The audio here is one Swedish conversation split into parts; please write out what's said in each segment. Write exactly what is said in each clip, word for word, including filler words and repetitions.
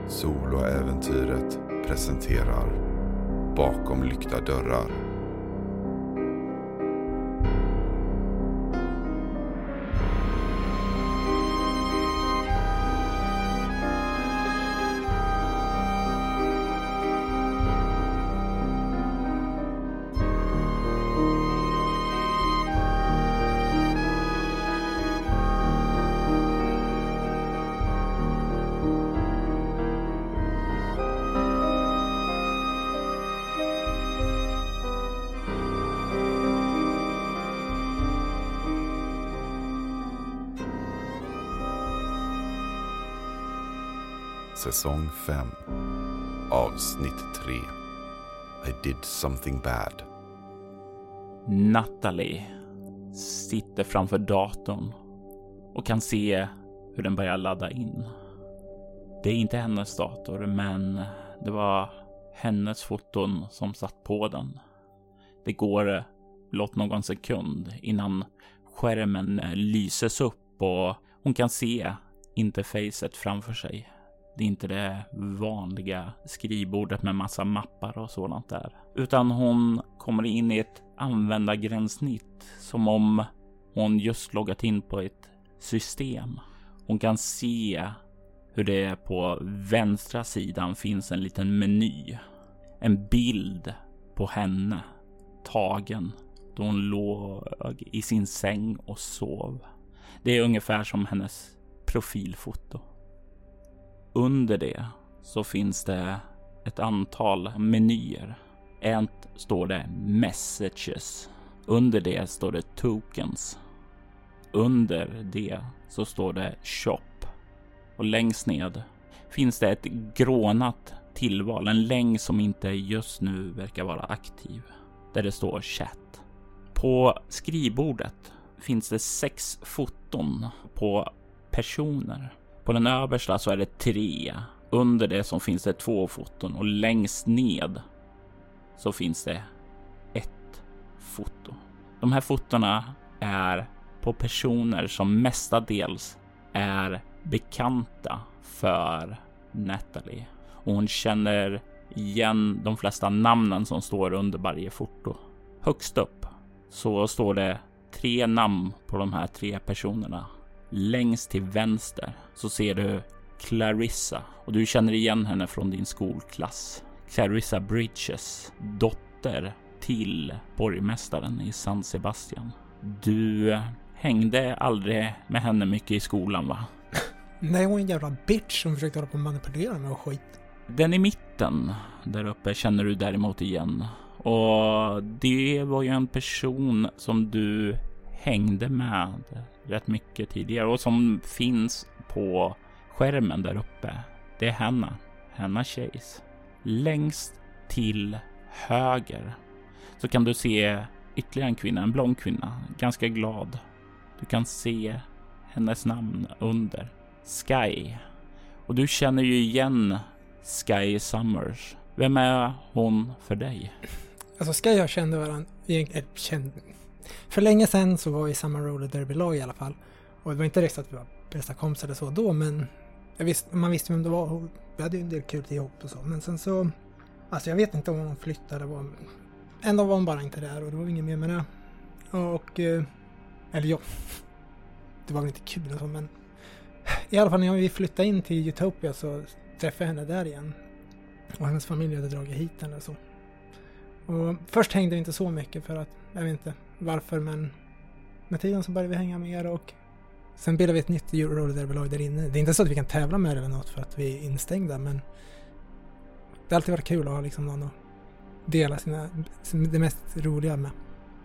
Soloäventyret presenterar Bakom lyckta dörrar. Säsong fem, avsnitt tre. I did something bad. Natalie sitter framför datorn och kan se hur den börjar ladda in. Det är inte hennes dator, men det var hennes foton som satt på den. Det går blott någon sekund innan skärmen lyses upp och hon kan se interfacet framför sig. Det är inte det vanliga skrivbordet med massa mappar och sådant där. Utan hon kommer in i ett användargränssnitt som om hon just loggat in på ett system. Hon kan se hur det på vänstra sidan finns en liten meny. En bild på henne tagen då hon låg i sin säng och sov. Det är ungefär som hennes profilfoto. Under det så finns det ett antal menyer. Ett står det messages. Under det står det tokens. Under det så står det shop. Och längst ned finns det ett grånat tillval. En länk som inte just nu verkar vara aktiv. Där det står chat. På skrivbordet finns det sex foton på personer. På den översta så är det tre. Under det så finns det två foton. Och längst ned så finns det ett foto. De här fotona är på personer som mestadels är bekanta för Natalie. Och hon känner igen de flesta namnen som står under varje foto. Högst upp så står det tre namn på de här tre personerna. Längst till vänster så ser du Clarissa och du känner igen henne från din skolklass. Clarissa Bridges, dotter till borgmästaren i San Sebastian. Du hängde aldrig med henne mycket i skolan, va? Nej, hon är en jävla bitch som försökte hålla på och manipulera mig och skit. Den i mitten där uppe känner du däremot igen. Och det var ju en person som du hängde med rätt mycket tidigare och som finns på skärmen där uppe. Det är Hanna, Hanna Chase. Längst till höger så kan du se ytterligare en kvinna, en blond kvinna, ganska glad. Du kan se hennes namn under Sky. Och du känner ju igen Sky Summers. Vem är hon för dig? Alltså Sky och jag kände varandra egentligen, kände för länge sedan så var vi i samma roller derby lag i alla fall. Och det var inte direkt att vi var bästa kompisar eller så då, men jag visste, man visste vem det var. Och vi hade ju en del kul ihop och så. Men sen så, alltså jag vet inte om hon flyttade. Var, en dag var hon bara inte där och det var ingen mer med det. Och, eller ja, det var väl inte kul och så, men i alla fall när vi flyttade in till Utopia så träffade jag henne där igen. Och hennes familj hade dragit hit henne och så. Och först hängde vi inte så mycket för att, jag vet inte varför, men med tiden så började vi hänga mer och sen bildade vi ett nytt roller-derby-lag där inne. Det är inte så att vi kan tävla med det eller något för att vi är instängda, men det har alltid varit kul att ha liksom någon att dela sina, det mest roliga med.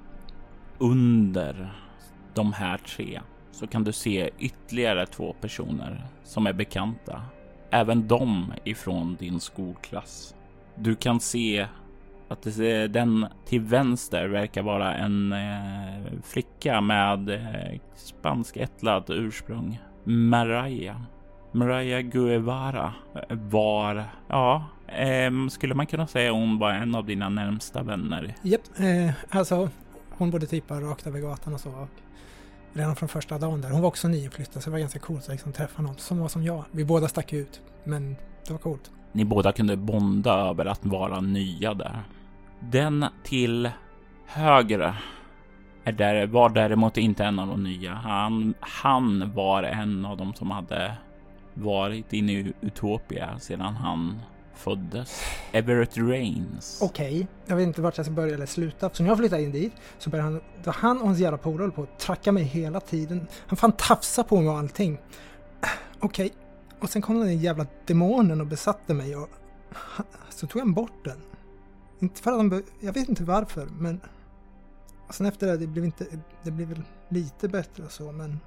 Under de här tre så kan du se ytterligare två personer som är bekanta. Även de ifrån din skolklass. Du kan se att den till vänster verkar vara en eh, flicka med eh, spanskättlat ursprung. Mariah. Mariah Guevara var, ja, eh, skulle man kunna säga hon var en av dina närmsta vänner? Japp, eh, alltså hon bodde typ rakt över gatan och så. Och redan från första dagen där. Hon var också nyinflyttad så det var ganska coolt att liksom träffa någon som var som jag. Vi båda stack ut, men Det var coolt. Ni båda kunde bonda över att vara nya där. Den till höger är där, var däremot inte en av de nya. Han, han var en av dem som hade varit inne i Utopia sedan han föddes. Everett Rains. Okej, okay. Jag vet inte vart jag ska börja eller sluta. Så när jag flyttade in dit så började han, då han och hans jävla polare höll på att tracka mig hela tiden. Han fan tafsade på mig och allting. Okej, okay. Och sen kom den jävla demonen och besatte mig och så tog han bort den. Inte för att han, jag vet inte varför, men och sen efter det, det blev inte, det blev väl lite bättre och så, men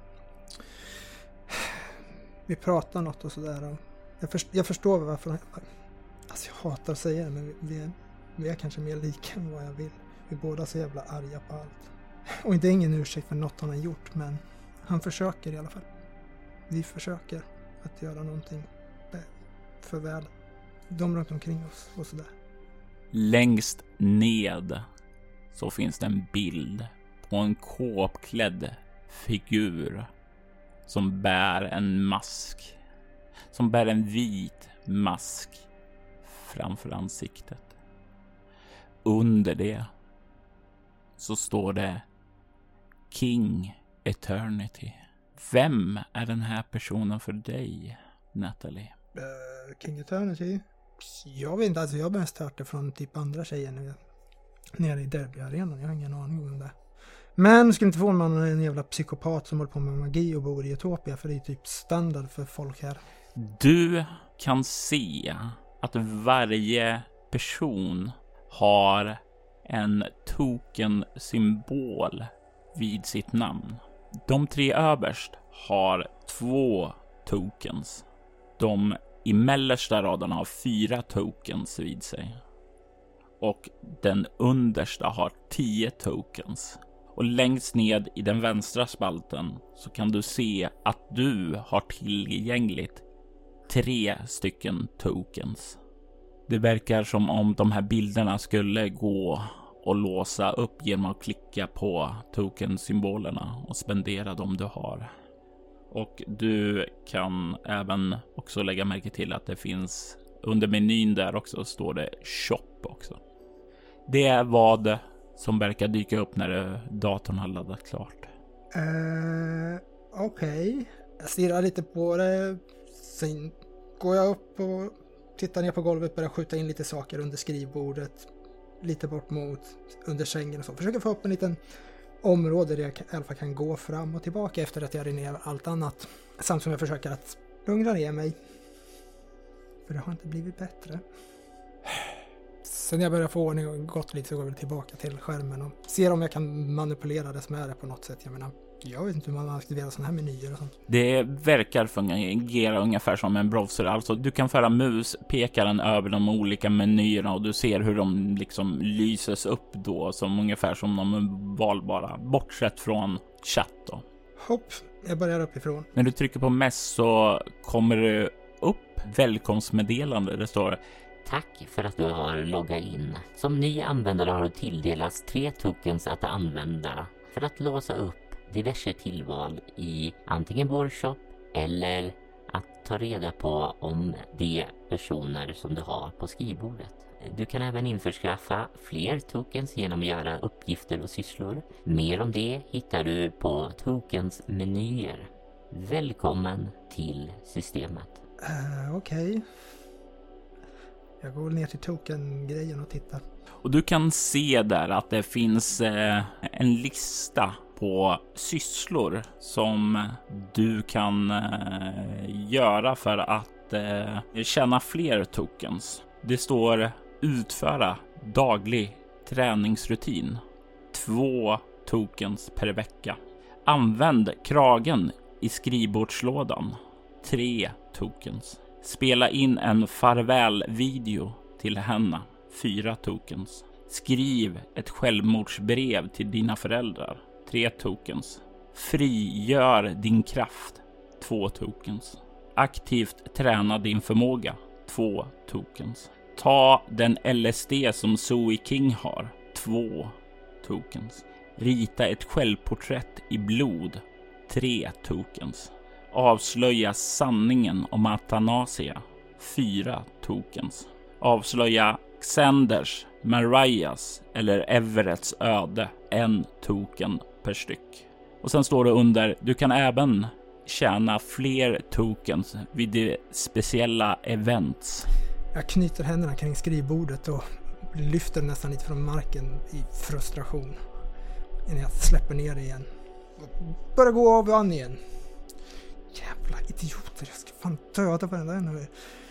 vi pratar något och sådär och jag, först, jag förstår varför han, alltså jag hatar att säga det, men vi, vi, är, vi är kanske mer lika än vad jag vill. Vi är båda så jävla arga på allt. Och inte ingen ursäkt för något han har gjort, men han försöker i alla fall. Vi försöker att göra någonting för väl. De runt omkring oss och sådär. Längst ned så finns det en bild på en kåpklädd figur som bär en mask. Som bär en vit mask framför ansiktet. Under det så står det King Eternity. Vem är den här personen för dig, Natalie? Uh, King Eternity? Jag vet inte, alltså jag har mest hört det från typ andra tjejer nu, nere i Derby-arenan. Jag har ingen aning om det. Men skulle inte få man en jävla psykopat som håller på med magi och bor i Utopia, för det är typ standard för folk här. Du kan se att varje person har en token-symbol vid sitt namn. De tre överst har två tokens. De i mellersta raden har fyra tokens vid sig. Och den understa har tio tokens. Och längst ned i den vänstra spalten så kan du se att du har tillgängligt tre stycken tokens. Det verkar som om de här bilderna skulle gå och låsa upp genom att klicka på token-symbolerna och spendera dem du har. Och du kan även också lägga märke till att det finns under menyn där också står det shop också. Det är vad som verkar dyka upp när datorn har laddat klart. Uh, Okej. Okay. Jag stirrar lite på det. Sen går jag upp och tittar ner på golvet, börjar skjuta in lite saker under skrivbordet. Lite bort mot under sängen och så. Försöker få upp en liten område där jag i alla fall kan gå fram och tillbaka efter att jag rinner allt annat. Samt som jag försöker att lugna ner mig. För det har inte blivit bättre. Sen jag börjar få ordning och gått lite så går jag tillbaka till skärmen och ser om jag kan manipulera det med det på något sätt. Jag menar, jag vet inte hur man aktiverar sådana här menyer och sånt. Det verkar fungera ungefär som en browser. Alltså du kan föra muspekaren över de olika menyerna och du ser hur de liksom lyses upp då som ungefär som de är valbara. Bortsett från chatt då. Hopp, jag börjar uppifrån. När du trycker på mess så kommer det upp välkomstmeddelande. Det står: tack för att du har loggat in. Som ny användare har du tilldelats tre tokens att använda för att låsa upp diverse tillval i antingen vår shop eller att ta reda på om de personer som du har på skrivbordet. Du kan även införskaffa fler tokens genom att göra uppgifter och sysslor. Mer om det hittar du på tokens menyer. Välkommen till systemet. Uh, Okej. Okay. Jag går ner till token-grejen och tittar. Och du kan se där att det finns eh, en lista på sysslor som du kan eh, göra för att eh, tjäna fler tokens. Det står utföra daglig träningsrutin. Två tokens per vecka. Använd kragen i skrivbordslådan. Tre tokens. Spela in en farväl-video till henne. Fyra tokens. Skriv ett självmordsbrev till dina föräldrar. Tre tokens. Frigör din kraft. Två tokens. Aktivt träna din förmåga. Två tokens. Ta den L S D som Zoe King har. Två tokens. Rita ett självporträtt i blod. Tre tokens. Avslöja sanningen om Athanasia. fyra tokens. Avslöja Xanders, Marias eller Everetts öde, en token per styck. Och sen står det under, du kan även tjäna fler tokens vid de speciella events. Jag knyter händerna kring skrivbordet och lyfter nästan lite från marken i frustration. Innan jag släpper ner det igen. Börjar gå av och an igen. Jävla idioter, jag ska fan döda varenda en av er.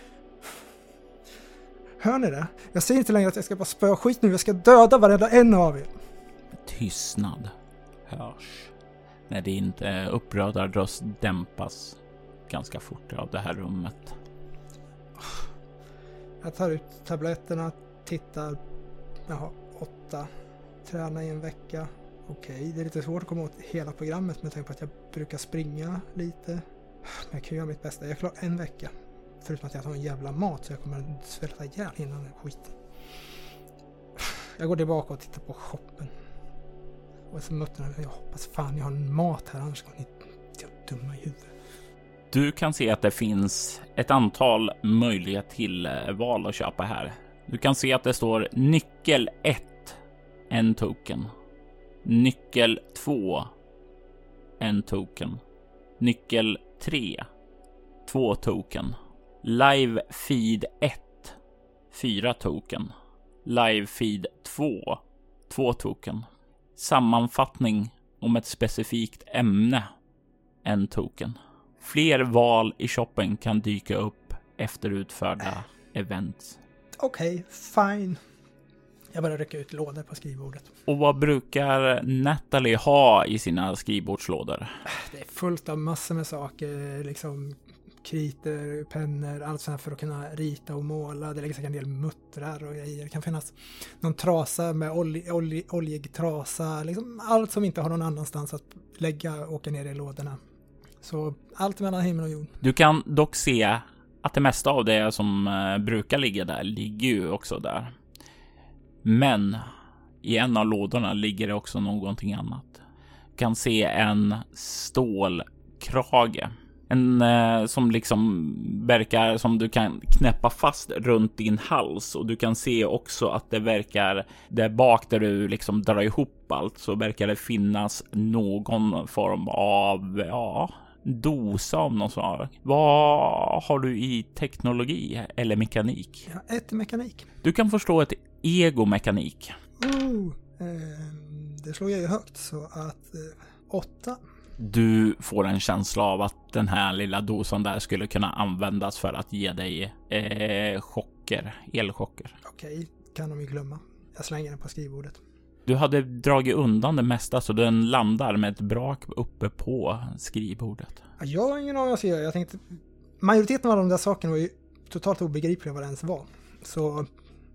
Hör ni det? Jag säger inte längre att jag ska bara spöa skit nu, jag ska döda varenda en av er. Tystnad hörs när det inte upprörda röst dämpas ganska fort av det här rummet. Jag tar ut tabletterna, tittar. Jaha, åtta. Träna i en vecka. Okej, det är lite svårt att komma åt hela programmet med tanke på att jag brukar springa lite. Men jag kan göra mitt bästa. Jag klarar en vecka. Förutom att jag tar en jävla mat så jag kommer att svälta ihjäl innan den skiten. Jag går tillbaka och tittar på shoppen. Och så möter jag, jag hoppas fan jag har en mat här, annars går ni dumma i huvudet. Du kan se att det finns ett antal möjligheter till val att köpa här. Du kan se att det står nyckel ett, en token. Nyckel två, en token. Nyckel tre, två token. Live feed ett, fyra token. Live feed två, två token. Sammanfattning om ett specifikt ämne, en token. Fler val i shoppen kan dyka upp efter utförda äh. events. Okej, okay, fine. Jag börjar rycka ut lådor på skrivbordet. Och vad brukar Natalie ha i sina skrivbordslådor? Det är fullt av massor med saker, liksom kriter, pennor, allt sånt för att kunna rita och måla. Det lägger sig en del muttrar och grejer. Det kan finnas någon trasa med olj, olj, oljig trasa. Liksom allt som inte har någon annanstans att lägga och åka ner i lådorna. Så allt mellan himmel och jord. Du kan dock se att det mesta av det som brukar ligga där ligger ju också där. Men i en av lådorna ligger det också någonting annat. Du kan se en stålkrage. En eh, som liksom verkar som du kan knäppa fast runt din hals. Och du kan se också att det verkar där bak där du liksom drar ihop allt så verkar det finnas någon form av ja, dosa om något slag. Vad har du i teknologi eller mekanik? Ja, ett mekanik. Du kan förstå ett egomekanik. Oh, eh, det slår jag ju högt så att eh, åtta. Du får en känsla av att den här lilla dosan där skulle kunna användas för att ge dig eh, chocker, elchocker. Okej, kan de ju glömma. Jag slänger den på skrivbordet. Du hade dragit undan det mesta så den landar med ett brak uppe på skrivbordet. Jag har ingen aning vad jag ska göra. Jag tänkte, majoriteten av de där sakerna var ju totalt obegripliga vad det ens var. Så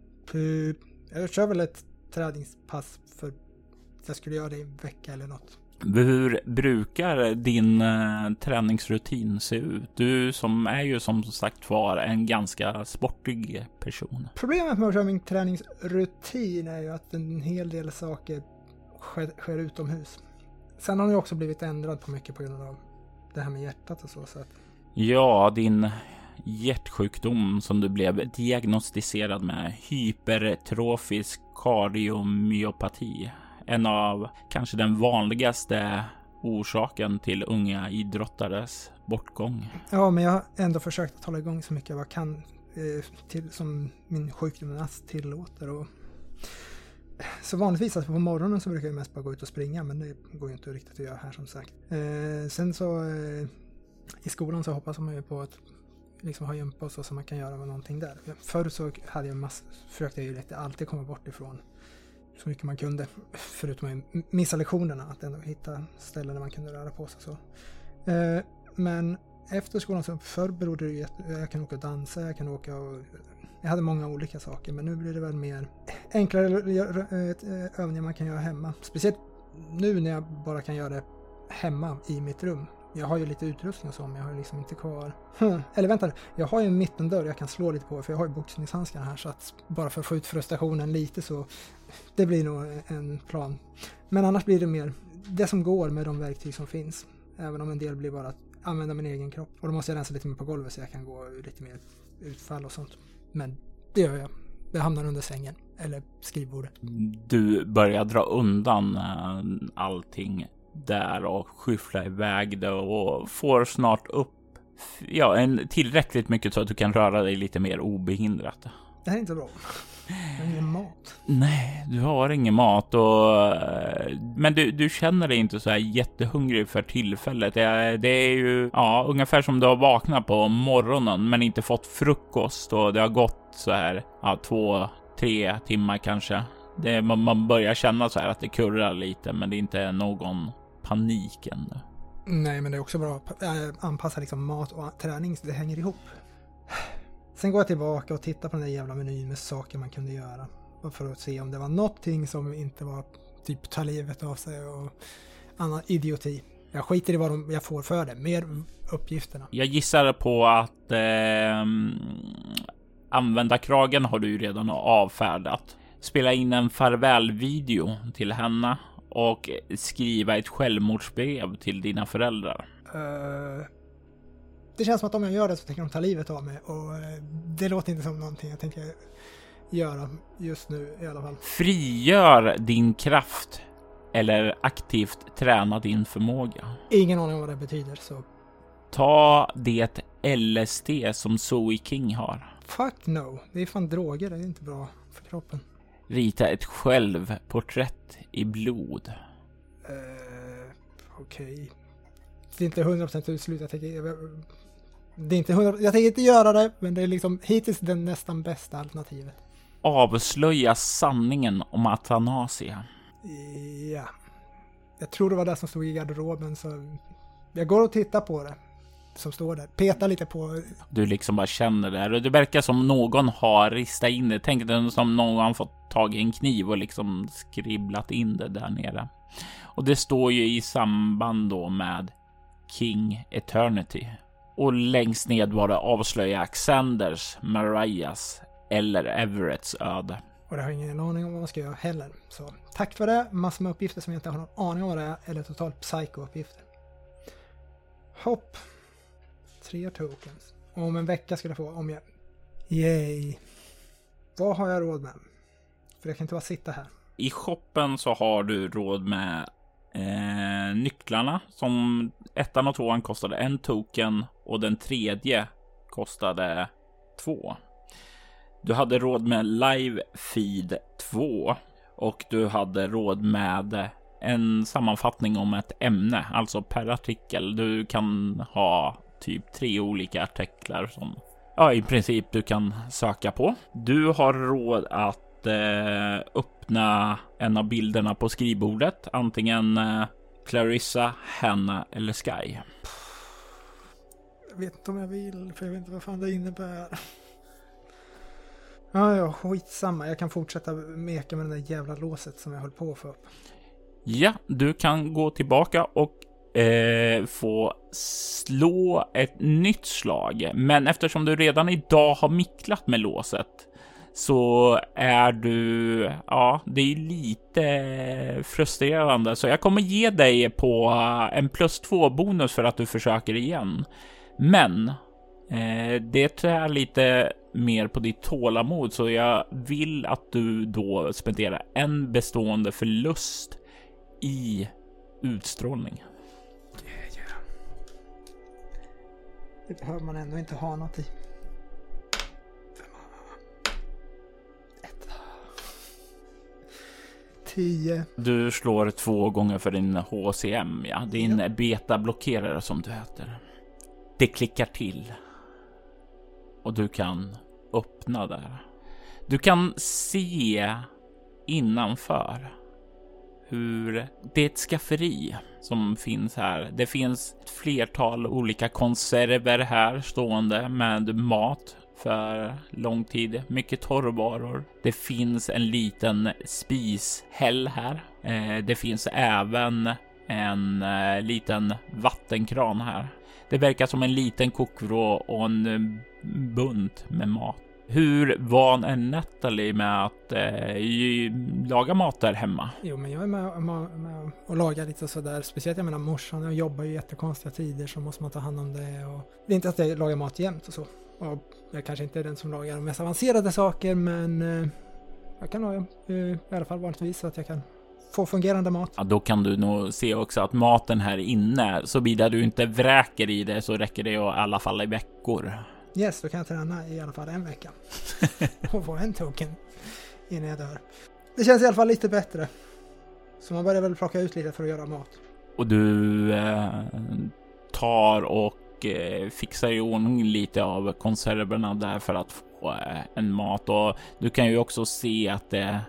jag kör väl ett träningspass för att jag skulle göra det i en vecka eller något. Hur brukar din eh, träningsrutin se ut? Du som är ju som sagt var en ganska sportig person. Problemet med att köra min träningsrutin är ju att en hel del saker sker, sker utomhus. Sen har det också blivit ändrat på mycket på grund av det här med hjärtat och så. så att... Ja, din hjärtsjukdom som du blev diagnostiserad med, hypertrofisk kardiomyopati. En av kanske den vanligaste orsaken till unga idrottares bortgång. Ja, men jag har ändå försökt att hålla igång så mycket jag kan eh, till, som min sjukdomsnast tillåter. Och... Så vanligtvis alltså på morgonen så brukar jag mest bara gå ut och springa, men det går ju inte riktigt att göra här som sagt. Eh, sen så eh, i skolan så hoppas man ju på att liksom ha gympa och så som man kan göra med någonting där. Förr så hade jag mass, försökte jag ju lite alltid komma bort ifrån så mycket man kunde, förutom att missa lektionerna, att ändå hitta ställen där man kunde röra på sig. Så. Eh, men efter skolan så förr berodde det ju att jag kan åka och dansa, jag kan åka och jag hade många olika saker, men nu blir det väl mer enklare övningar man kan göra hemma. Speciellt nu när jag bara kan göra det hemma i mitt rum. Jag har ju lite utrustning och så, men jag har liksom inte kvar... Hm. Eller vänta, jag har ju en mittendörr jag kan slå lite på, för jag har ju boxningshandskarna här, så att bara för att få ut frustrationen lite så... Det blir nog en plan. Men annars blir det mer det som går med de verktyg som finns. Även om en del blir bara att använda min egen kropp. Och då måste jag rensa lite mer på golvet så jag kan gå lite mer utfall och sånt. Men det gör jag. Det hamnar under sängen eller skrivbordet. Du börjar dra undan äh, allting där och skyffla iväg det och får snart upp ja, en tillräckligt mycket så att du kan röra dig lite mer obehindrat. Det här är inte bra. Jag har ingen mat. Nej, du har ingen mat och men du, du känner dig inte så här jättehungrig för tillfället. Det, det är ju ja, ungefär som du har vaknat på morgonen men inte fått frukost och det har gått så här ja, två, tre timmar kanske. Det, man, man börjar känna så här att det kurrar lite men det är inte någon panik ännu. Nej, men det är också bra att anpassa liksom mat och träning så det hänger ihop. Sen går jag tillbaka och tittar på den där jävla menyn med saker man kunde göra. För att se om det var någonting som inte var typ ta livet av sig och annan idioti. Jag skiter i vad de, jag får för det. Mer uppgifterna. Jag gissar på att eh, använda kragen har du ju redan avfärdat. Spela in en farvälvideo till henne och skriva ett självmordsbrev till dina föräldrar. Uh, det känns som att om jag gör det så tänker de ta livet av mig. Och uh, det låter inte som någonting jag tänker göra just nu i alla fall. Frigör din kraft eller aktivt träna din förmåga. Ingen aning om vad det betyder så. Ta det L S D som Zoe King har. Fuck no. Det är fan droger. Det är inte bra för kroppen. Rita ett självporträtt i blod. Uh, Okej. Okay. Det är inte hundra procent utslut. Jag tänker, det är inte hundra procent, jag tänker inte göra det, men det är liksom hittills det nästan bästa alternativet. Avslöja sanningen om Athanasia. Ja. Jag tror det var det som stod i garderoben så jag går och tittar på det som står där. Petar lite på. Du liksom bara känner det och det verkar som någon har ristat in det. Tänk dig som någon har fått tag i en kniv och liksom skribblat in det där nere. Och det står ju i samband då med King Eternity. Och längst ned var det avslöja Xanders, Marias eller Everetts öde. Och det har jag ingen aning om vad man ska göra heller. Så tack för det. Massor med uppgifter som jag inte har någon aning om vad det är. Eller totalt psycho-uppgifter. Hopp. Tre tokens. Och om en vecka skulle jag få om jag... Yay. Vad har jag råd med? För jag kan inte bara sitta här. I shoppen så har du råd med eh, nycklarna. Som ettan och tvåan kostade en token. Och den tredje kostade två. Du hade råd med Live Feed två. Och du hade råd med en sammanfattning om ett ämne. Alltså per artikel. Du kan ha typ tre olika artiklar som ja, i princip du kan söka på. Du har råd att eh, öppna en av bilderna på skrivbordet. Antingen eh, Clarissa, Hannah eller Sky. Jag vet inte om jag vill, för jag vet inte vad fan det innebär. Ja, ja, skitsamma. Jag kan fortsätta meka med den där jävla låset som jag höll på att få upp. Ja, du kan gå tillbaka och eh, få slå ett nytt slag. Men eftersom du redan idag har micklat med låset så är du, ja, det är lite frustrerande. Så jag kommer ge dig på en plus två bonus för att du försöker igen. Men eh, det är lite mer på ditt tålamod, så jag vill att du då spenderar en bestående förlust i utstrålning. Yeah, yeah. Det behöver man ändå inte ha något i. Ett. Tio. Du slår två gånger för din H C M, ja. Din ja. beta-blockerare som du heter. Det klickar till. Och du kan öppna där. Du kan se innanför hur det är ett skafferi som finns här. Det finns ett flertal olika konserver här stående med mat för lång tid. Mycket torrvaror. Det finns en liten spishäll här. Eh, det finns även en eh, liten vattenkran här. Det verkar som en liten kokvrå och en bunt med mat. Hur van är Natalie med att eh, laga mat där hemma? Jo, men jag är med, med, med och lagar lite sådär. Speciellt jag menar morsan, jag jobbar ju jättekonstiga tider så måste man ta hand om det. Och det är inte att jag lagar mat jämt och så. Och jag kanske inte är den som lagar de mest avancerade saker, men eh, jag kan laga eh, i alla fall vanligtvis så att jag kan få fungerande mat. Ja, då kan du nog se också att maten här inne, så bidrar du inte vräker i det, så räcker det i alla fall i veckor. Yes, då kan jag träna i alla fall en vecka. Och få en token innan jag dör. Det känns i alla fall lite bättre. Så man börjar väl plocka ut lite för att göra mat. Och du eh, tar och eh, fixar i ordning lite av konserverna där för att få eh, en mat. Och du kan ju också se att det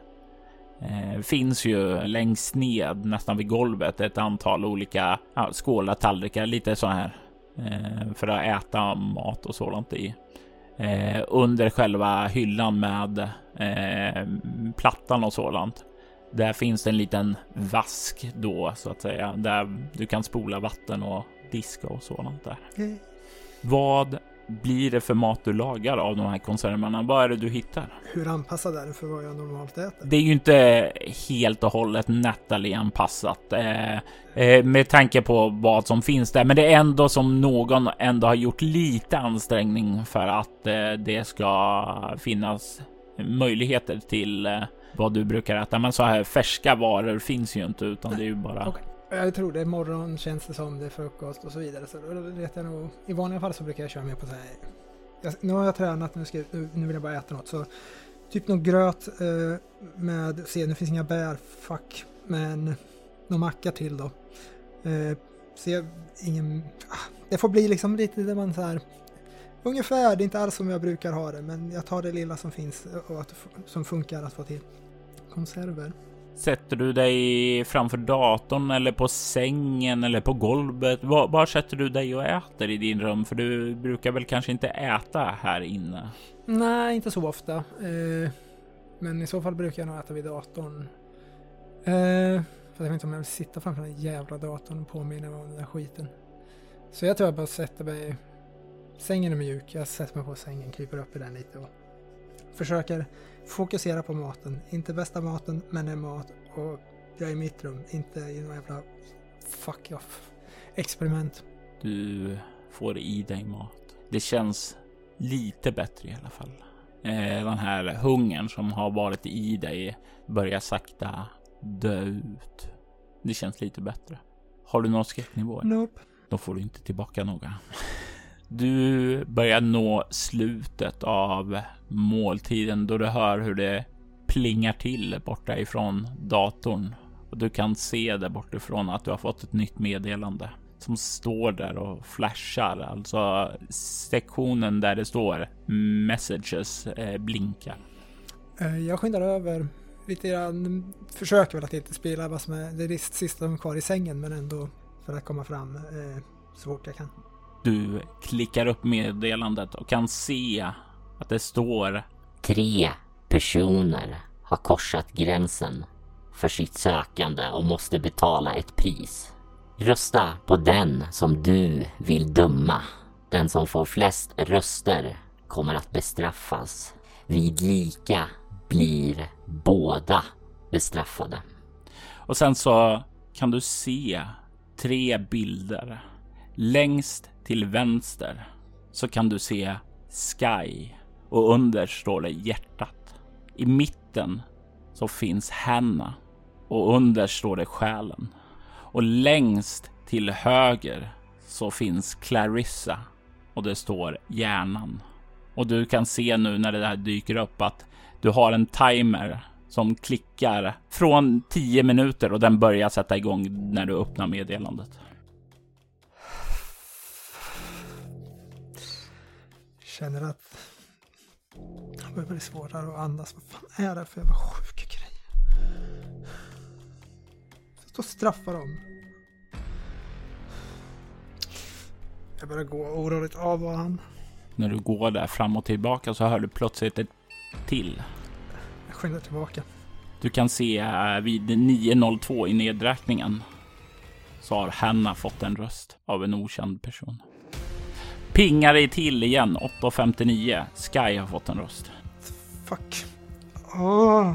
eh, finns ju längst ned nästan vid golvet ett antal olika ja, skålar, tallrikar, lite så här eh, för att äta mat och sådant i. Eh, under själva hyllan med eh, plattan och sådant. Där finns en liten vask då så att säga, där du kan spola vatten och diska och sådant där. Mm. Vad blir det för mat du lagar av de här konserverna? Vad är det du hittar? Hur anpassad är det för vad jag normalt äter? Det är ju inte helt och hållet Natalie-anpassat eh, eh, med tanke på vad som finns där. Men det är ändå som någon ändå har gjort lite ansträngning för att eh, det ska finnas möjligheter till eh, vad du brukar äta. Men så här färska varor finns ju inte, utan det är ju bara... Okay. Jag tror det är morgon, känns det som, det är frukost och så vidare. Så då vet jag nog, i vanliga fall så brukar jag köra med på så här. Jag, nu har jag tränat, nu, ska, nu, nu vill jag bara äta något. Så typ någon gröt eh, med, se nu finns inga bär, fuck. Men någon macka till då. Eh, se, ingen, ah, det får bli liksom lite där man så här, ungefär, det är inte alls som jag brukar ha det. Men jag tar det lilla som finns och att, som funkar att få till konserver. Sätter du dig framför datorn eller på sängen eller på golvet? Var, var sätter du dig och äter i din rum? För du brukar väl kanske inte äta här inne? Nej, inte så ofta. Eh, men i så fall brukar jag nog äta vid datorn. Eh, för jag vet inte om jag vill sitta framför den jävla datorn och påminna mig om den där skiten. Så jag tror jag bara sätter mig... Sängen är mjuk. Jag sätter mig på sängen, kryper upp i den lite och försöker fokusera på maten. Inte bästa maten, men en mat. Och jag är i mitt rum, inte i någon jävla fuck off experiment. Du får i dig mat. Det känns lite bättre i alla fall. Eh, den här hungern som har varit i dig börjar sakta dö ut. Det känns lite bättre. Har du någon skräcknivå? Nope. Då får du inte tillbaka några. Du börjar nå slutet av måltiden då du hör hur det plingar till borta ifrån datorn. Och du kan se där bortifrån att du har fått ett nytt meddelande som står där och flashar. Alltså sektionen där det står messages eh, blinkar. Jag skyndar över lite grann. Försöker väl att inte spela vad som är det sista som är kvar i sängen, men ändå för att komma fram eh, så fort jag kan. Du klickar upp meddelandet och kan se att det står: Tre personer har korsat gränsen för sitt sökande och måste betala ett pris. Rösta på den som du vill döma. Den som får flest röster kommer att bestraffas. Vid lika blir båda bestraffade. Och sen så kan du se tre bilder. Längst till vänster så kan du se Sky och under står det hjärtat. I mitten så finns Hanna och under står det själen. Och längst till höger så finns Clarissa och det står hjärnan. Och du kan se nu när det där dyker upp att du har en timer som klickar från tio minuter och den börjar sätta igång när du öppnar meddelandet. Känner att det börjar bli svårare att andas. Vad fan är det för jävla sjuka grejer? Så straffar dem. Jag börjar gå oroligt av och an. När du går där fram och tillbaka så hör du plötsligt ett till. Jag skyndar tillbaka. Du kan se vid nio noll två i nedräkningen så har Hanna fått en röst av en okänd person. Pingar dig till igen, åtta femtionio. Sky har fått en röst. Fuck. Åh.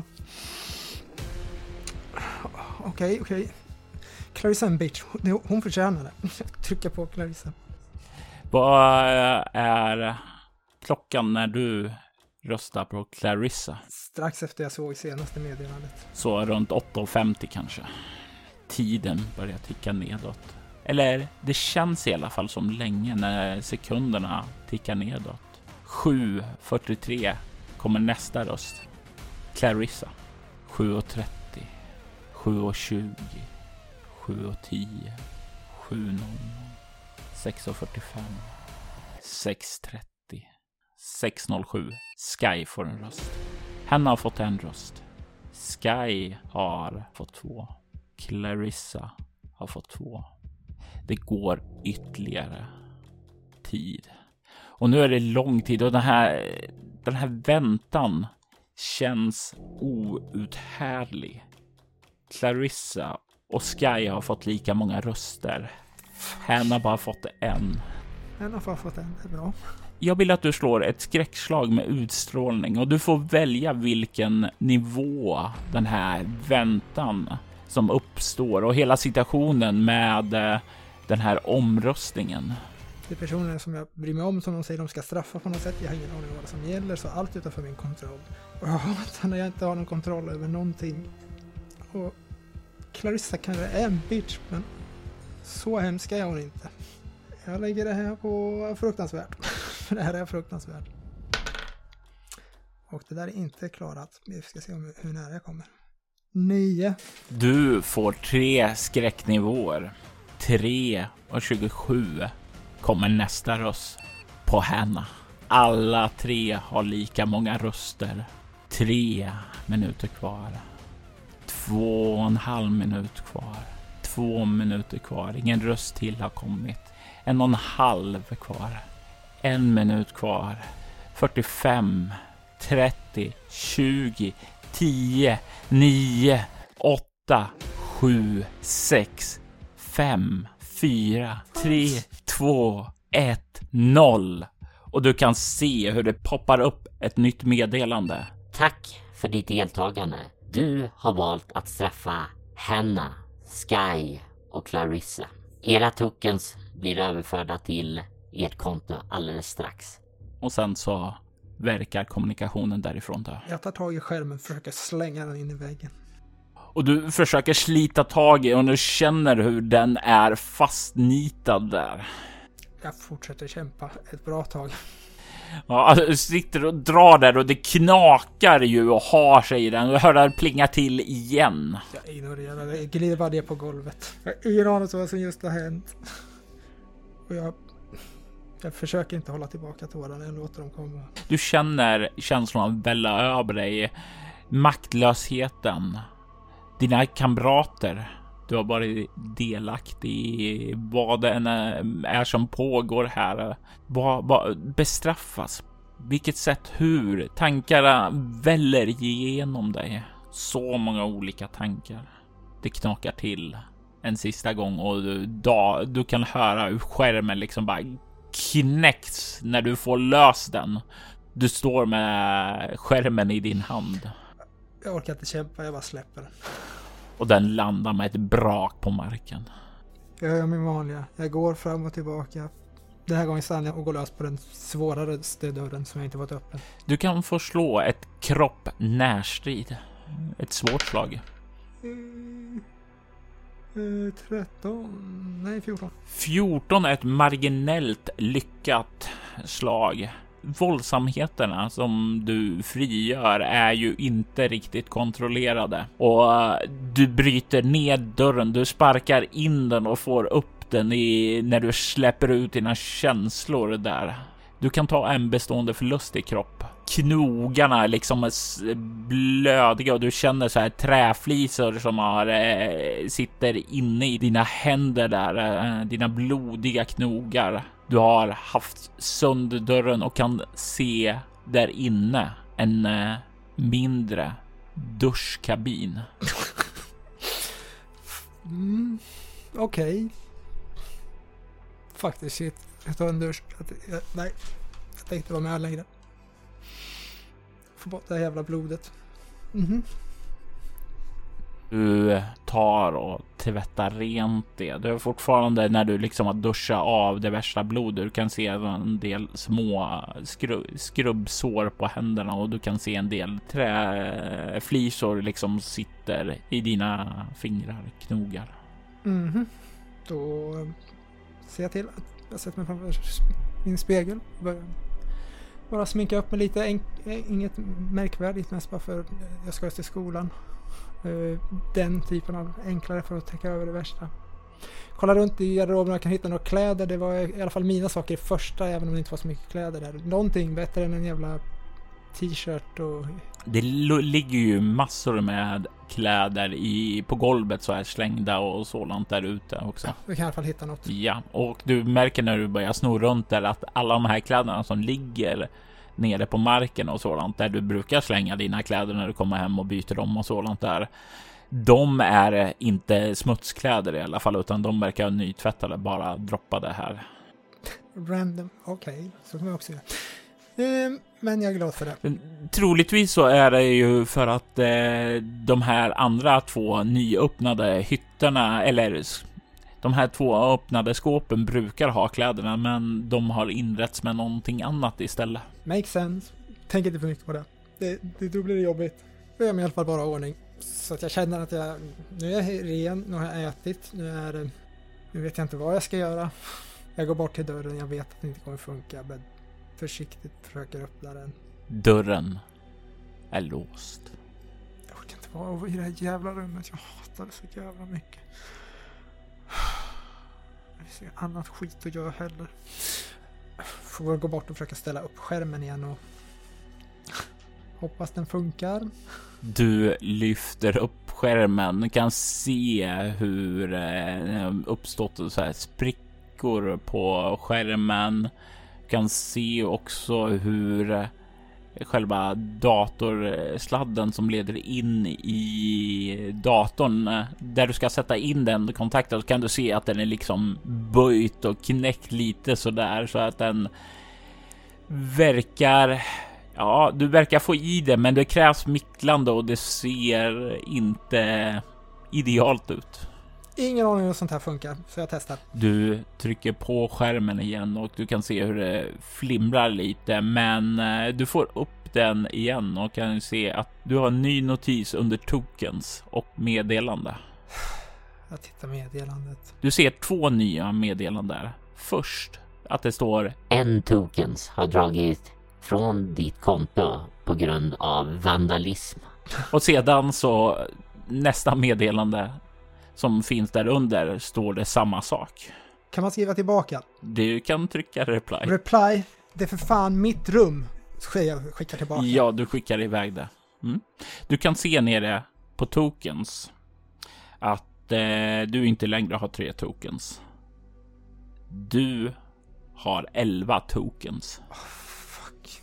Okej, okej. Clarissa är en bitch. Hon förtjänar det. Trycka på Clarissa. Vad är klockan när du röstar på Clarissa? Strax efter jag såg senaste meddelandet. Så runt åtta femtio kanske. Tiden börjar ticka nedåt. Eller det känns i alla fall som länge när sekunderna tickar nedåt. sju fyrtiotre kommer nästa röst. Clarissa. sju trettio. sju tjugo. sju tio. sju noll noll. sex fyrtiofem. sex trettio. sex noll sju. Sky får en röst. Hanna har fått en röst. Sky har fått två. Clarissa har fått två. Det går ytterligare tid. Och nu är det lång tid och den här, den här väntan känns outhärdlig. Clarissa och Sky har fått lika många röster. Hanna har bara fått en. En har bara fått en, det är bra. Jag vill att du slår ett skräckslag med utstrålning och du får välja vilken nivå den här väntan som uppstår och hela situationen med den här omröstningen. Det är personer som jag bryr mig om som de säger de ska straffa på något sätt. Jag har ingen aning vad som gäller, så allt utanför min kontroll. Och jag hatar när jag inte har någon kontroll över någonting. Och Clarissa kanske är en bitch, men så hemsk är hon inte. Jag lägger det här på fruktansvärt. För det här är fruktansvärt. Och det där är inte klarat. Vi ska se om hur nära jag kommer. Nio. Du får tre skräcknivåer. tre och tjugosju kommer nästa röst på Hanna. Alla tre har lika många röster. Tre minuter kvar. Två och en halv minut kvar. Två minuter kvar. Ingen röst till har kommit. En och en halv kvar. En minut kvar. fyrtiofem. trettio. tjugo. tio. nio. åtta. sju. sex. fem. fyra. tre. två. ett. noll. Och du kan se hur det poppar upp ett nytt meddelande. Tack för ditt deltagande. Du har valt att straffa Hanna, Sky och Clarissa. Era tokens blir överförda till ert konto alldeles strax. Och sen så verkar kommunikationen därifrån dö. Jag tar tag i skärmen och försöker slänga den in i väggen. Och du försöker slita tag i och du känner hur den är fastnitad där. Jag fortsätter kämpa ett bra tag. Ja, du sitter och drar där och det knakar ju och har sig i den. Och du hör det plinga till igen. Jag ignorerar det. Jag glider bara ner på golvet. Jag har ingen aning om vad som just har hänt. Och jag, jag försöker inte hålla tillbaka tårarna. Jag låter dem komma. Du känner känslan välla över dig. Maktlösheten. Dina kamrater. Du har varit delaktig i vad det än är som pågår här. Vad, vad bestraffas? Vilket sätt? Hur? Tankarna väller genom dig. Så många olika tankar. Det knakar till en sista gång och du, da, du kan höra hur skärmen liksom bara knäcks när du får lös den. Du står med skärmen i din hand. Jag orkar inte kämpa, jag bara släpper den. Och den landar med ett brak på marken. Jag gör min vanliga. Jag går fram och tillbaka. Den här gången stannar jag och går lös på den svårare dörren som jag inte varit öppen. Du kan få slå ett kropp närstrid. Ett svårt slag. Mm, eh, tretton. Nej, fjorton. fjorton är ett marginellt lyckat slag. Våldsamheterna som du frigör är ju inte riktigt kontrollerade. Och du bryter ned dörren, du sparkar in den och får upp den i, när du släpper ut dina känslor där. Du kan ta en bestående förlust i kropp. Knogarna är liksom blödiga och du känner så här träflisor som har, äh, sitter inne i dina händer där. Äh, dina blodiga knogar. Du har haft sönder dörren och kan se där inne en äh, mindre duschkabin. mm, Okej. Okay. Faktiskt shit. Jag tar en dusch. Jag, nej, jag tänkte vara med längre. Få bort det här jävla blodet. Mhm. Du tar och tvättar rent det. Du är fortfarande när du liksom har duschat av det värsta blodet. Du kan se en del små skru- skrubbsår på händerna och du kan se en del träflisor liksom sitter i dina fingrar, knogar. Mhm. Då ser jag till att jag sätter mig framför min spegel. Börjar bara sminka upp mig lite. Enk- inget märkvärdigt, mest bara för jag ska till skolan. Den typen av enklare för att täcka över det värsta. Kolla runt i garderoben och jag kan hitta några kläder. Det var i alla fall mina saker i första, även om det inte var så mycket kläder där. Någonting bättre än en jävla t-shirt och... Det l- ligger ju massor med kläder i, på golvet så här slängda och sådant där ute också. Ja, vi kan i alla fall hitta något. Ja, och du märker när du börjar sno runt där att alla de här kläderna som ligger nere på marken och sådant där du brukar slänga dina kläder när du kommer hem och byter dem och sådant där. De är inte smutskläder i alla fall, utan de verkar nytvättade, bara droppade här. Random, okej. Okay. Så kan vi också göra. Ehm, men jag är glad för det. Troligtvis så är det ju för att eh, de här andra två nyöppnade hytterna, eller de här två öppnade skåpen brukar ha kläderna, men de har inrätts med någonting annat istället. Makes sense. Tänk inte för mycket på det. Det, det då blir det jobbigt. Jag gör mig i alla fall bara ordning. Så att jag känner att jag, nu är jag ren, nu har jag ätit, nu är det, nu vet jag inte vad jag ska göra. Jag går bort till dörren, jag vet att det inte kommer funka, men försiktigt försöker öppna den. Dörren är låst. Jag orkar inte vara i det här jävla rummet, jag hatar det så jävla mycket. Det finns inget annat skit att göra heller. Får gå bort och försöka ställa upp skärmen igen och hoppas den funkar. Du lyfter upp skärmen. Du kan se hur det uppstått så här sprickor på skärmen. Du kan se också hur själva datorsladden som leder in i datorn, där du ska sätta in den kontakten, så kan du se att den är liksom böjt och knäckt lite så där, så att den verkar, ja, du verkar få i det, men det krävs micklande och det ser inte idealt ut. Ingen aning hur sånt här funkar, så jag testar. Du trycker på skärmen igen och du kan se hur det flimrar lite, men du får upp den igen och kan se att du har en ny notis under tokens och meddelande. Jag tittar meddelandet. Du ser två nya meddelanden där. Först att det står: en tokens har dragit från ditt konto på grund av vandalism. Och sedan så nästa meddelande som finns där under står det samma sak. Kan man skriva tillbaka? Du kan trycka reply. Reply, det är för fan mitt rum. Så jag skickar tillbaka. Ja, du skickar iväg det. Mm. Du kan se nere på tokens att eh, du inte längre har tre tokens. Du har elva tokens. Oh, fuck.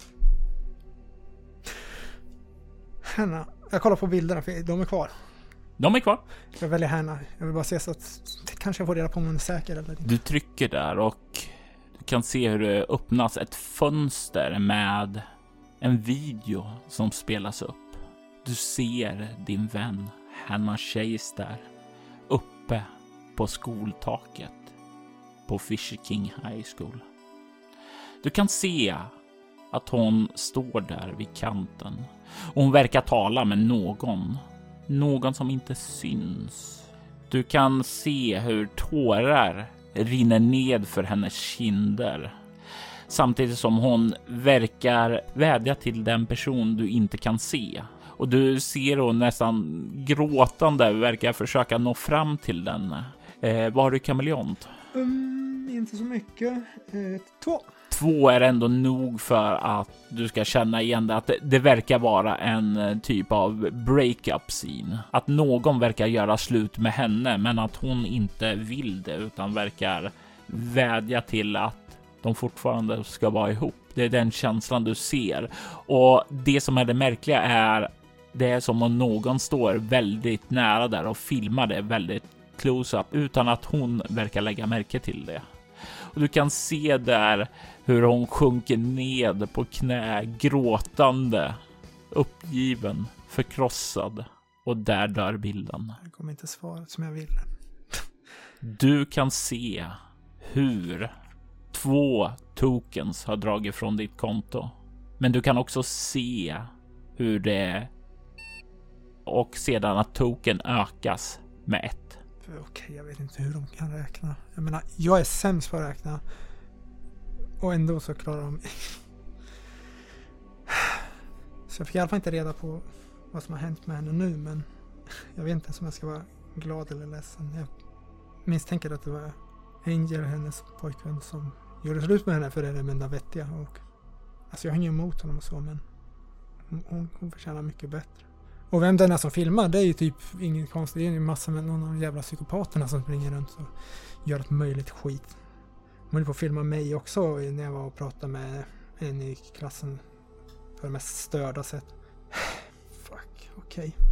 Hanna, jag kollar på bilderna för de är kvar. De är kvar. Jag väljer Hanna. Jag vill bara se så att kanske jag får reda på om hon är säker eller inte. Du trycker där och du kan se hur det öppnas ett fönster med en video som spelas upp. Du ser din vän Hannah Chase där uppe på skoltaket på Fisher King High School. Du kan se att hon står där vid kanten och hon verkar tala med någon. Någon som inte syns. Du kan se hur tårar rinner ned för hennes kinder. Samtidigt som hon verkar vädja till den person du inte kan se. Och du ser hon nästan gråtande verkar försöka nå fram till den. Eh, vad har du kameleont? Um, inte så mycket. Eh, två. Två är ändå nog för att du ska känna igen det, att det, det verkar vara en typ av breakup scene. Att någon verkar göra slut med henne, men att hon inte vill det utan verkar vädja till att de fortfarande ska vara ihop. Det är den känslan du ser. Och det som är det märkliga är det är som om någon står väldigt nära där och filmar det väldigt close-up utan att hon verkar lägga märke till det. Och du kan se där hur hon sjunker ned på knä, gråtande, uppgiven, förkrossad. Och där dör bilden. Det kommer inte svaret som jag ville. Du kan se hur två tokens har dragit från ditt konto. Men du kan också se hur det... Och sedan att token ökas med ett. Okej, okay, jag vet inte hur de kan räkna. Jag menar, jag är sämst på att räkna. Och ändå så klarar de... Så jag fick i alla fall inte reda på vad som har hänt med henne nu, men jag vet inte ens om jag ska vara glad eller ledsen. Jag misstänker att det var Angel, hennes pojkvän, som gjorde slut med henne för det är det enda vettiga. Och, alltså jag har inget emot honom och så, men hon, hon förtjänar mycket bättre. Och vem den är som filmar, det är ju typ ingen konstigt. Det är ju en massa med någon av de jävla psykopaterna som springer runt och gör ett möjligt skit. Hon höll på att filma mig också när jag var och pratade med en i klassen på det mest störda sätt. Fuck, okej. Okay.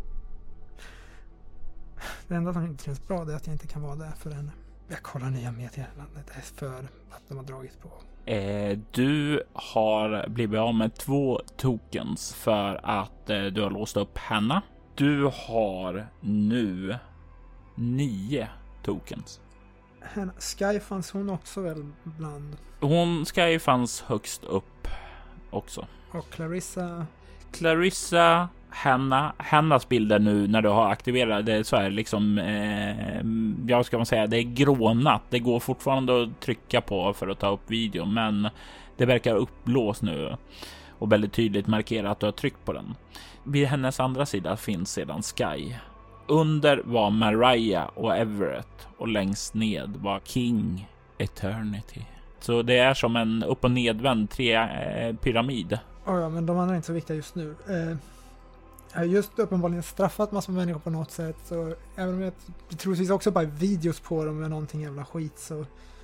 Det enda som inte känns bra är att jag inte kan vara där för henne. Jag kollar nya meddelandet för att de har dragit på. Eh, du har blivit av med två tokens för att eh, du har låst upp henne. Du har nu nio tokens. Sky fanns hon också väl bland? Hon Sky fanns högst upp också. Och Clarissa? Clarissa, Hanna, Hannas bilder nu när du har aktiverat det så är liksom, eh, jag ska man säga, det är grånat. Det går fortfarande att trycka på för att ta upp videon, men det verkar upplåst nu och väldigt tydligt markera att du har tryckt på den. Vid hennes andra sida finns sedan Sky. Under var Mariah och Everett och längst ned var King Eternity. Så det är som en upp- och nedvänd tre eh, pyramid. Oh ja, men de andra är inte så viktiga just nu. Eh, jag har just uppenbarligen straffat massor med människor på något sätt. Så även om jag troligtvis också bara videos på dem med någonting jävla skit, så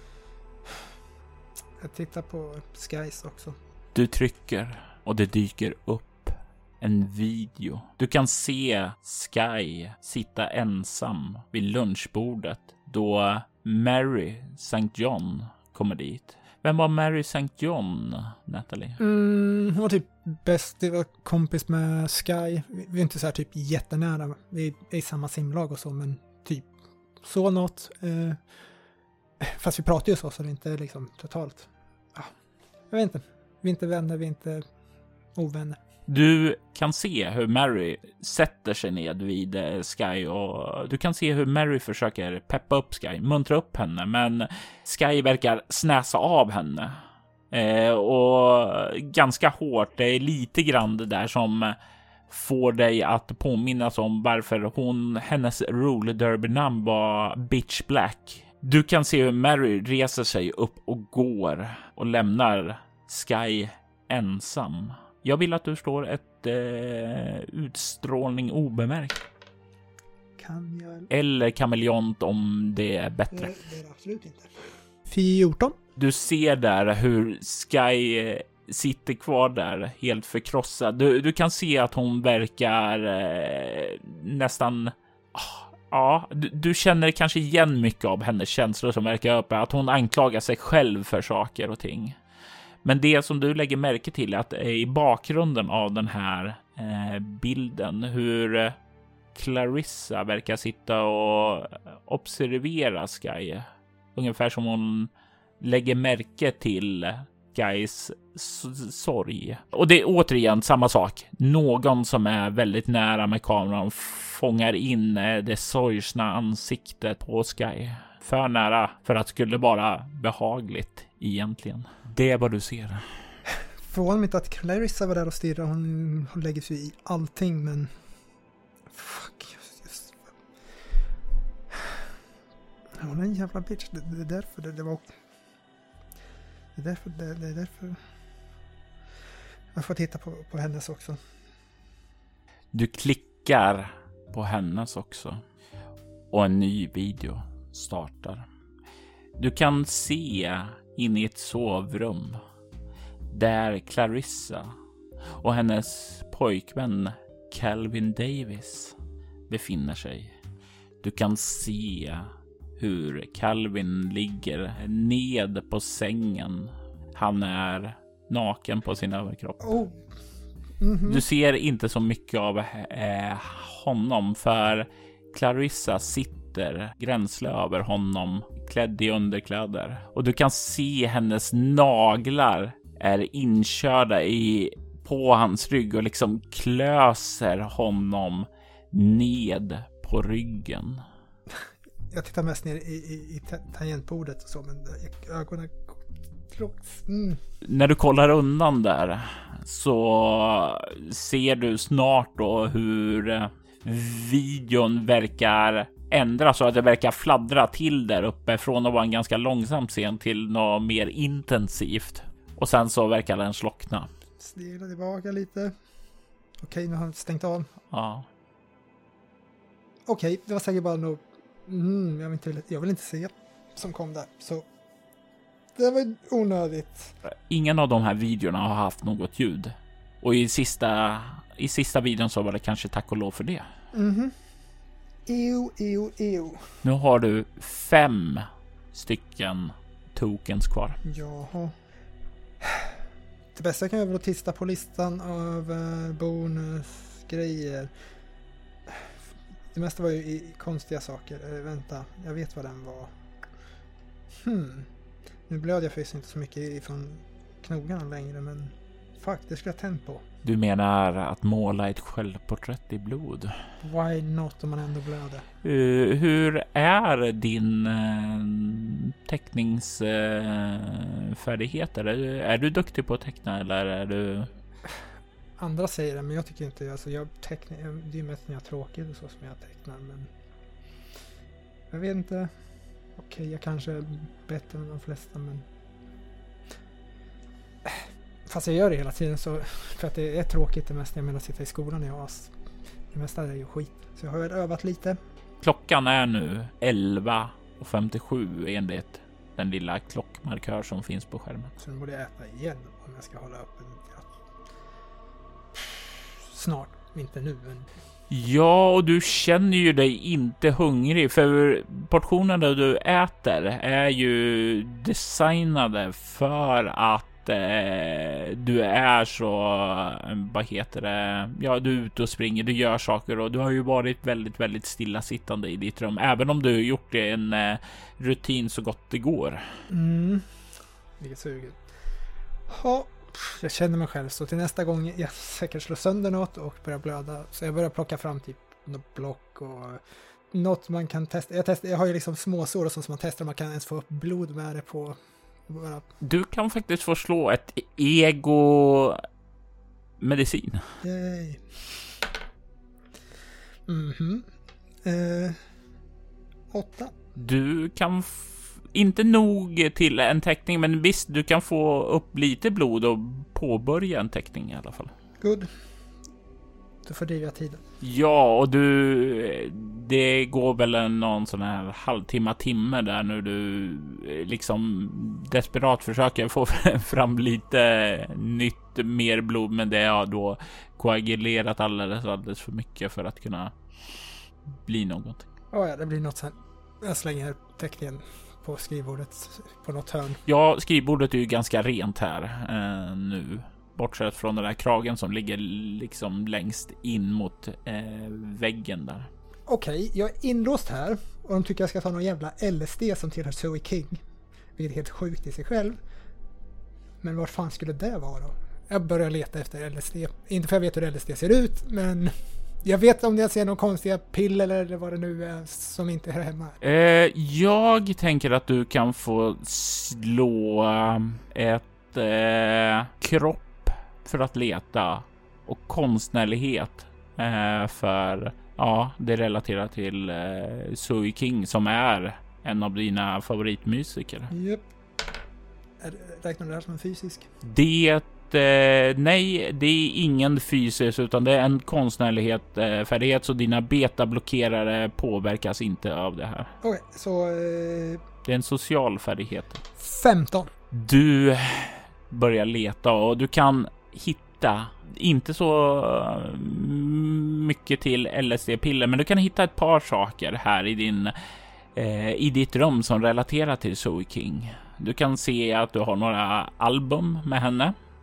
jag tittar på Skies också. Du trycker och det dyker upp en video. Du kan se Sky sitta ensam vid lunchbordet då Mary Saint John kommer dit. Vem var Mary Saint John, Natalie? Mm, hon var typ bäst, det var kompis med Sky. Vi är inte så här typ jättenära. Vi är i samma simlag och så, men typ så något. Eh, fast vi pratar ju så, så det är inte liksom totalt. Ja, jag vet inte. Vi är inte vänner, vi är inte ovänner. Du kan se hur Mary sätter sig ned vid Sky och du kan se hur Mary försöker peppa upp Sky, muntra upp henne, men Sky verkar snäsa av henne. Eh, och ganska hårt. Det är lite grann det där som får dig att påminnas om varför hon, hennes roller derby-namn var Bitch Black. Du kan se hur Mary reser sig upp och går och lämnar Sky ensam. Jag vill att du slår ett eh, utstrålning obemärkt. Kan jag? Eller kameleont om det är bättre. Det, det är det absolut inte. fjorton. Du ser där hur Sky sitter kvar där helt förkrossad. Du, du kan se att hon verkar eh, nästan... Ja, du, du känner kanske igen mycket av hennes känslor som verkar öppna. Att hon anklagar sig själv för saker och ting. Men det som du lägger märke till är att i bakgrunden av den här eh, bilden hur Clarissa verkar sitta och observera Sky. Ungefär som hon lägger märke till Skys sorg. Och det är återigen samma sak. Någon som är väldigt nära med kameran fångar in det sorgsna ansiktet på Sky. För nära för att skulle vara behagligt egentligen. Det är vad du ser. Förvånar mig inte att Clarissa var där och stirrade. Hon, hon lägger sig i allting, men... Fuck, just, just. Hon är en jävla bitch. Det, det är därför det, det var... Det är därför... Det, det är därför... Jag får titta på, på hennes också. Du klickar på hennes också. Och en ny video startar. Du kan se in i ett sovrum där Clarissa och hennes pojkvän Calvin Davis befinner sig. Du kan se hur Calvin ligger ned på sängen. Han är naken på sin överkropp. Oh, Mhm. Du ser inte så mycket av eh, honom, för Clarissa sitter gränsle över honom, klädd i underkläder. Och du kan se hennes naglar är inkörda i, på hans rygg och liksom klöser honom ned på ryggen. Jag tittar mest ner i, i, i tangentbordet och så, men ögonen... Mm. När du kollar undan där så ser du snart då hur videon verkar ändras, så att det verkar fladdra till där uppe från att vara en ganska långsam scen till något mer intensivt. Och sen så verkar den slockna. Snegla tillbaka lite. Okej, nu har han stängt av. Ja. Okej, det var säkert bara något... Mm, jag, vill inte, jag vill inte se som kom där, så... Det var onödigt. Ingen av de här videorna har haft något ljud. Och i sista, i sista videon så var det kanske tack och lov för det. Mhm. Ew, ew, ew. Nu har du fem stycken tokens kvar. Jaha. Det bästa kan jag väl titta på listan över bonusgrejer. Det mesta var ju i konstiga saker. Äh, vänta, jag vet vad den var. Hmm. Nu blöder jag faktiskt inte så mycket ifrån knogarna längre, men fuck, det skulle jag tänkt på. Du menar att måla ett självporträtt i blod? Why not om man ändå blöder? Uh, hur är din uh, teckningsfärdigheter? Uh, är, är du duktig på att teckna eller är du... Andra säger det, men jag tycker inte, alltså jag tecknar, det är ju mest när jag är tråkig och så som jag tecknar, men jag vet inte. Okej, jag kanske är bättre än de flesta, men fast jag gör det hela tiden, så för att det är tråkigt det mesta. Jag menar, sitta i skolan och jag det mesta är ju skit, så jag har väl övat lite. Klockan är nu elva och femtiosju enligt den lilla klockmarkör som finns på skärmen. Så nu borde jag äta igen om jag ska hålla upp en... Snart, inte nu, men... Ja, och du känner ju dig inte hungrig, för portionerna du äter är ju designade för att eh, du är så, vad heter det, ja, du är ute och springer, du gör saker, och du har ju varit väldigt, väldigt stillasittande i ditt rum, även om du har gjort det en eh, rutin så gott det går. Mm, vilket suger. Ja, jag känner mig själv, så till nästa gång jag säkert slår sönder något och börjar blöda, så jag börjar plocka fram typ något block och något man kan testa. Jag, testar, jag har ju liksom småsår och sånt som man testar, man kan ens få upp blod med det på. Bara... Du kan faktiskt få slå ett ego-medicin. Yay. Mhm. Eh, åtta. Du kan f- inte nog till en teckning, men visst, du kan få upp lite blod och påbörja en teckning i alla fall. Good. Då fördriver jag tiden. Ja, och du, det går väl en, någon sån här halvtimme, timme där nu du liksom desperat försöker få fram lite nytt, mer blod, men det har då koagulerat alldeles, alldeles för mycket för att kunna bli någonting. Oh ja, det blir något sen. Jag slänger teckningen på skrivbordet på något hörn. Ja, skrivbordet är ju ganska rent här eh, nu. Bortsett från den där kragen som ligger liksom längst in mot eh, väggen där. Okej, jag är inlåst här och de tycker jag ska ta någon jävla L S D som tillhör Zoe King. Vilket är helt sjukt i sig själv. Men vad fan skulle det vara då? Jag börjar leta efter L S D. Inte för jag vet hur L S D ser ut, men jag vet om jag ser någon konstiga piller eller vad det nu är som inte är hemma. Eh, jag tänker att du kan få slå ett eh, kropp för att leta och konstnärlighet eh, för, ja, det relaterar till eh, Zoe King som är en av dina favoritmusiker. Japp. Räknar du det här som en fysisk? Det, eh, nej, det är ingen fysisk utan det är en konstnärlighet, eh, färdighet, så dina betablockerare påverkas inte av det här. Okej, så... Eh, Det är en social färdighet. femton. Du börjar leta och du kan hitta, inte så mycket till L S D-piller, men du kan hitta ett par saker här i din eh, i ditt rum som relaterar till Zoe King. Du kan se att du har några album med henne.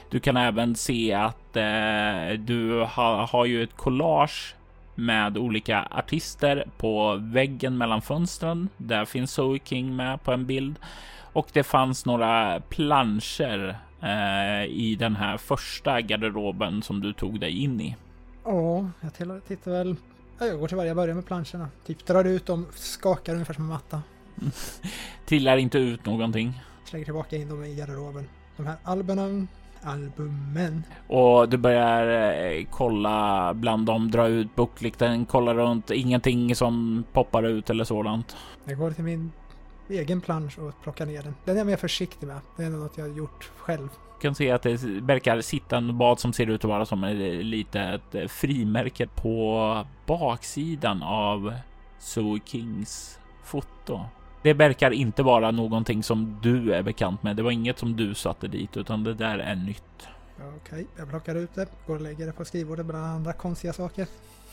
Du kan även se att eh, du ha, har ju ett collage med olika artister på väggen mellan fönstren. Där finns Zoe King med på en bild. Och det fanns några planscher eh, i den här första garderoben som du tog dig in i. Ja, jag till, tittar väl. Jag går till varje början med planscherna. Typ drar ut dem, skakar ungefär som en matta. Trillar inte ut någonting. Slänger tillbaka in dem i garderoben. De här albumen, albumen. Och du börjar eh, kolla bland dem, dra ut booklikten, kolla runt. Ingenting som poppar ut eller sådant. Jag går till min egen plansch och plockar ner den. Den är jag mer försiktig med. Det är något jag har gjort själv. Du kan se att det verkar sitta en bad som ser ut att vara som ett litet frimärke på baksidan av Zoe Kings foto. Det verkar inte vara någonting som du är bekant med. Det var inget som du satte dit, utan det där är nytt. Okej, okay, jag plockar ut det. Går och lägger det på skrivbordet bland andra konstiga saker.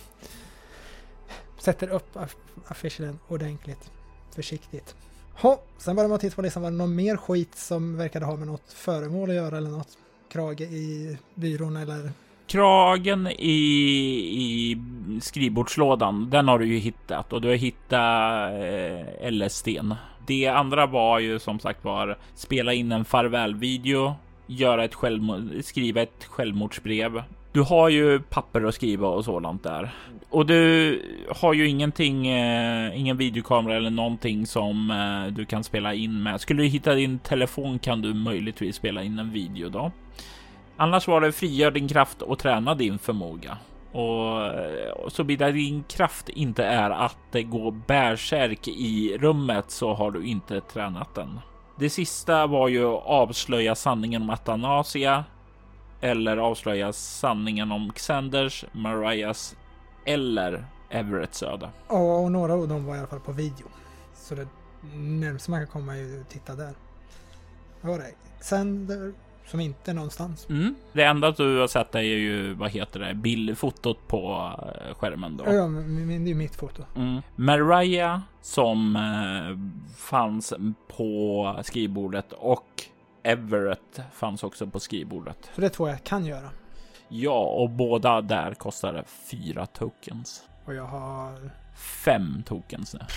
Sätter upp aff- affischen ordentligt. Försiktigt. Ha, sen börjar man titta på liksom, var det någon mer skit som verkade ha med något föremål att göra eller något. Krage i byrån eller... Kragen i, i skrivbordslådan, den har du ju hittat och du har hittat eh, L S-sten. Det andra var ju som sagt var spela in en farvälvideo, göra ett självmord, skriva ett självmordsbrev. Du har ju papper att skriva och sådant där. Och du har ju ingenting, eh, ingen videokamera eller någonting som eh, du kan spela in med. Skulle du hitta din telefon kan du möjligtvis spela in en video då. Annars var det frigör din kraft och träna din förmåga. Och så blir din kraft inte är att gå bärsärk i rummet så har du inte tränat den. Det sista var ju avslöja sanningen om Athanasia eller avslöja sanningen om Xanders, Mariahs eller Everetts öde. Ja, och några av dem var i alla fall på video. Så det närmast man kan komma är ju titta där. Vad var det? Xander som inte är någonstans. Mm. Det enda du har sett är ju, vad heter det, bildfotot på skärmen då. Ja, men det är ju mitt foto. Mm. Mariah som eh, fanns på skrivbordet och Everett fanns också på skrivbordet. Så det tror jag kan göra. Ja, och båda där kostade fyra tokens. Och jag har... Fem tokens nu.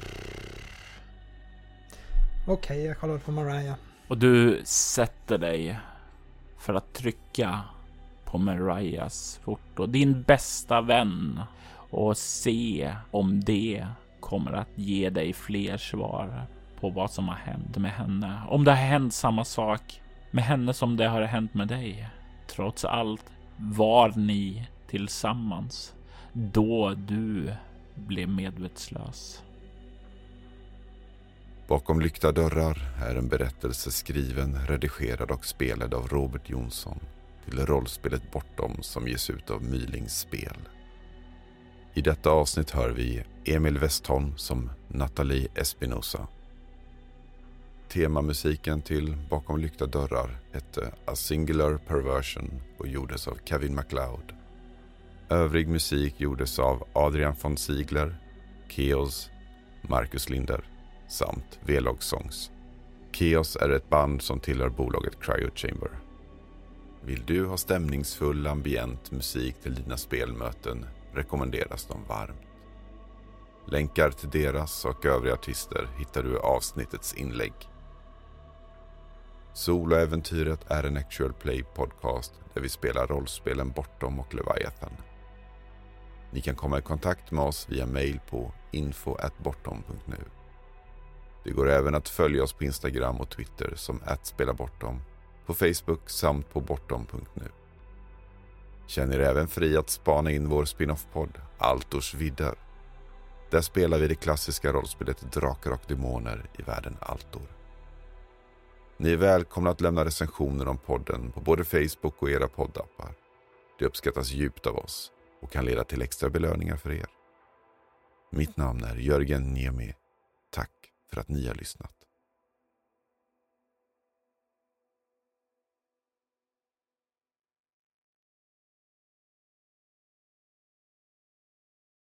Okej, okay, jag kollar på Mariah. Och du sätter dig för att trycka på Mariahs foto. Din bästa vän. Och se om det kommer att ge dig fler svar på vad som har hänt med henne. Om det har hänt samma sak med henne som det har hänt med dig. Trots allt var ni tillsammans då du blev medvetslös. Bakom lyckta dörrar är en berättelse skriven, redigerad och spelad av Robert Jonsson till rollspelet Bortom som ges ut av Mylings spel. I detta avsnitt hör vi Emil Westholm som Nathalie Espinosa. Temamusiken till Bakom lyckta dörrar hette A Singular Perversion och gjordes av Kevin MacLeod. Övrig musik gjordes av Adrian von Ziegler, Chaos, Marcus Linder samt V-Log Songs. Chaos är ett band som tillhör bolaget Cryo Chamber. Vill du ha stämningsfull ambient musik till dina spelmöten rekommenderas de varmt. Länkar till deras och övriga artister hittar du i avsnittets inlägg. Soloäventyret är en actual play podcast där vi spelar rollspelen Bortom och Leviathan. Ni kan komma i kontakt med oss via mail på info at bortom punkt nu. Det går även att följa oss på Instagram och Twitter som at spelabortom, på Facebook samt på bortom punkt nu. Känn er även fri att spana in vår spin-off-podd Altors vidder. Där spelar vi det klassiska rollspelet Drakar och Demoner i världen Altor. Ni är välkomna att lämna recensioner om podden på både Facebook och era poddappar. Det uppskattas djupt av oss och kan leda till extra belöningar för er. Mitt namn är Jörgen Niemi. Tack för att ni har lyssnat.